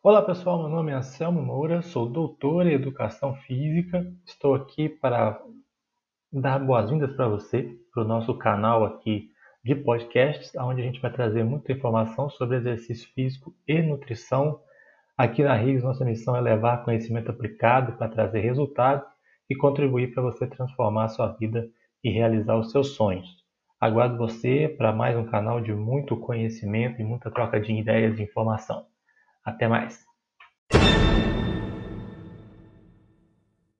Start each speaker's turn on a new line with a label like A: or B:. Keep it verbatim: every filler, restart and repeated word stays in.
A: Olá pessoal, meu nome é Anselmo Moura, sou doutor em Educação Física. Estou aqui para dar boas-vindas para você, para o nosso canal aqui de podcasts, onde a gente vai trazer muita informação sobre exercício físico e nutrição. Aqui na R I S, nossa missão é levar conhecimento aplicado para trazer resultados e contribuir para você transformar a sua vida e realizar os seus sonhos. Aguardo você para mais um canal de muito conhecimento e muita troca de ideias e informação. Até mais!